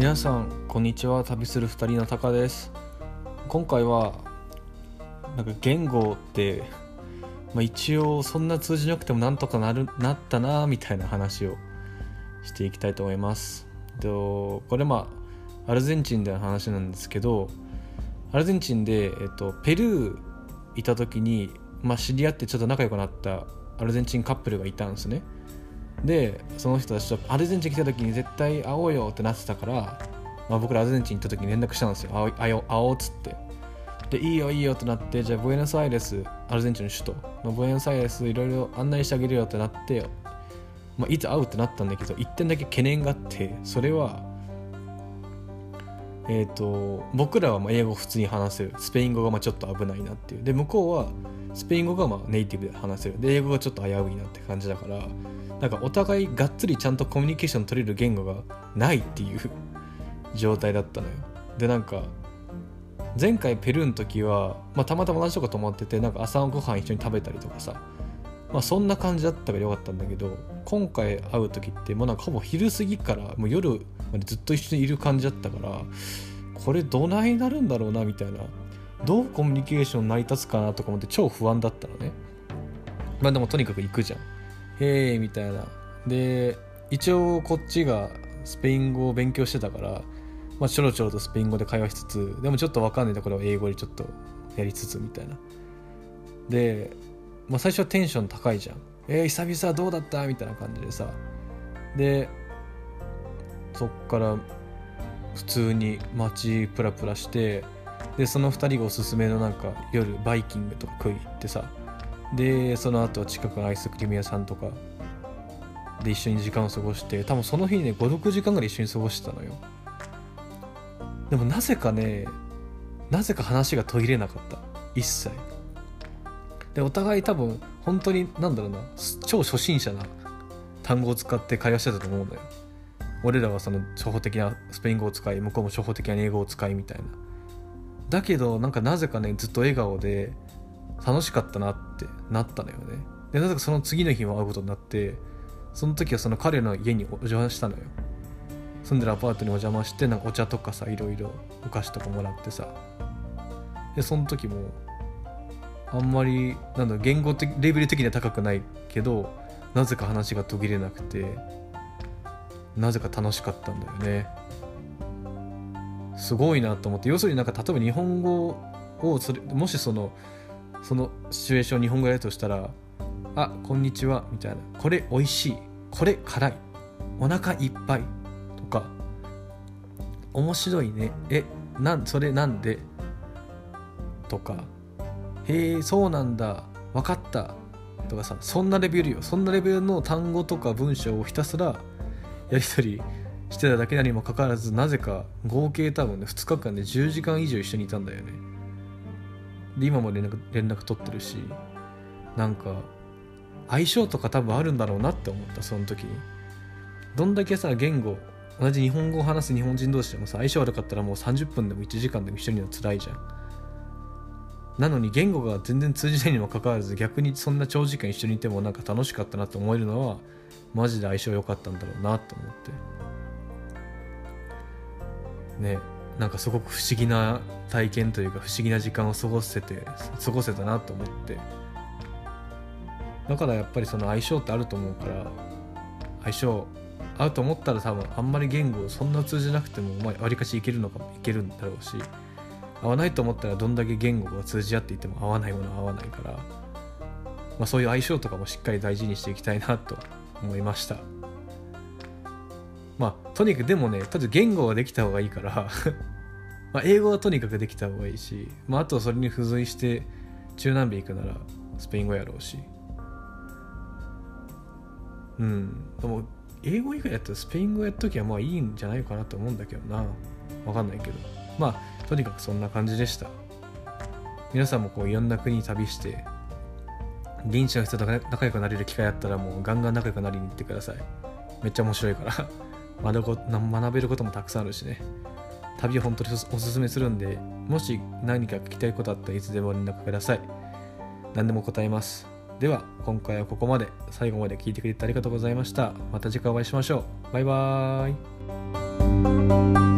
皆さんこんにちは。旅する二人のタカです。今回は言語って、一応そんな通じなくてもなんとかなったなみたいな話をしていきたいと思います。これアルゼンチンでの話なんですけど、アルゼンチンで、ペルーいた時に、知り合ってちょっと仲良くなったアルゼンチンカップルがいたんですね。でその人たちとアルゼンチン来た時に絶対会おうよってなってたから、僕らアルゼンチン行った時に連絡したんですよ。会おうっつって。でいいよってなって、じゃあブエノスアイレス、アルゼンチンの首都のブエノスアイレスいろいろ案内してあげるよってなって、いつ会うってなったんだけど、一点だけ懸念があって、それは僕らは英語普通に話せる、スペイン語がちょっと危ないなっていう。で向こうはスペイン語がネイティブで話せる、で英語がちょっと危ういなって感じだから、お互いがっつりちゃんとコミュニケーション取れる言語がないっていう状態だったのよ。で前回ペルーの時は、たまたま同じとこ泊まってて、朝のご飯一緒に食べたりとかさ、そんな感じだったからよかったんだけど、今回会う時ってほぼ昼過ぎからもう夜までずっと一緒にいる感じだったから、これどないなるんだろうなみたいな、どうコミュニケーション成り立つかなとか思って超不安だったのね。でもとにかく行くじゃん、へーみたいな。で一応こっちがスペイン語を勉強してたから、ちょろちょろとスペイン語で会話しつつ、でもちょっと分かんないところを英語でちょっとやりつつみたいな。で、最初はテンション高いじゃん。久々どうだったみたいな感じでさ。でそっから普通に街プラプラして、でその2人がおすすめの夜バイキングとか食い行ってさ、でその後は近くのアイスクリーム屋さんとかで一緒に時間を過ごして、多分その日ね 5,6 時間ぐらい一緒に過ごしてたのよ。でもなぜか話が途切れなかった、一切。でお互い多分本当に超初心者な単語を使って会話してたと思うんだよ。俺らはその初歩的なスペイン語を使い、向こうも初歩的な英語を使いみたいな。だけどなぜかずっと笑顔で楽しかったなってなったのよね。でなぜかその次の日も会うことになって、その時はその彼の家にお邪魔したのよ。住んでるアパートにお邪魔して、お茶とかさ、いろいろお菓子とかもらってさ。でその時もあんまり言語的レベル的には高くないけど、なぜか話が途切れなくて、なぜか楽しかったんだよね。すごいなと思って。要するに例えば日本語をもしそのシチュエーションを日本語やるとしたら、こんにちはみたいな、これ美味しい、これ辛い、お腹いっぱいとか、面白いね、それなんでとか、へえそうなんだ、分かったとかさ、そんなレベルの単語とか文章をひたすらやり取りしてただけなにもかかわらず、なぜか合計多分ね2日間で10時間以上一緒にいたんだよね。で今も連絡取ってるし、相性とか多分あるんだろうなって思った。その時にどんだけさ、言語同じ日本語を話す日本人同士でもさ、相性悪かったらもう30分でも1時間でも一緒にいるの辛いじゃん。なのに言語が全然通じないにもかかわらず、逆にそんな長時間一緒にいても楽しかったなって思えるのは、マジで相性良かったんだろうなと思ってね。すごく不思議な体験というか、不思議な時間を過ごせたなと思って。だからやっぱりその相性ってあると思うから、相性合うと思ったら多分あんまり言語そんな通じなくてもわりかしいけるんだろうし、合わないと思ったらどんだけ言語が通じ合っていても合わないものは合わないから、そういう相性とかもしっかり大事にしていきたいなと思いました。とにかくでもね、とりあえず言語ができた方がいいから英語はとにかくできた方がいいし、あとそれに付随して中南米行くならスペイン語やろうし、でも英語以外やったらスペイン語やっときはいいんじゃないかなと思うんだけどな。わかんないけど、とにかくそんな感じでした。皆さんもいろんな国に旅して現地の人と仲良くなれる機会あったら、もうガンガン仲良くなりに行ってください。めっちゃ面白いから学べることもたくさんあるしね。旅を本当におすすめするんで、もし何か聞きたいことあったらいつでも連絡ください。何でも答えます。では今回はここまで。最後まで聞いてくれてありがとうございました。また次回お会いしましょう。バイバーイ。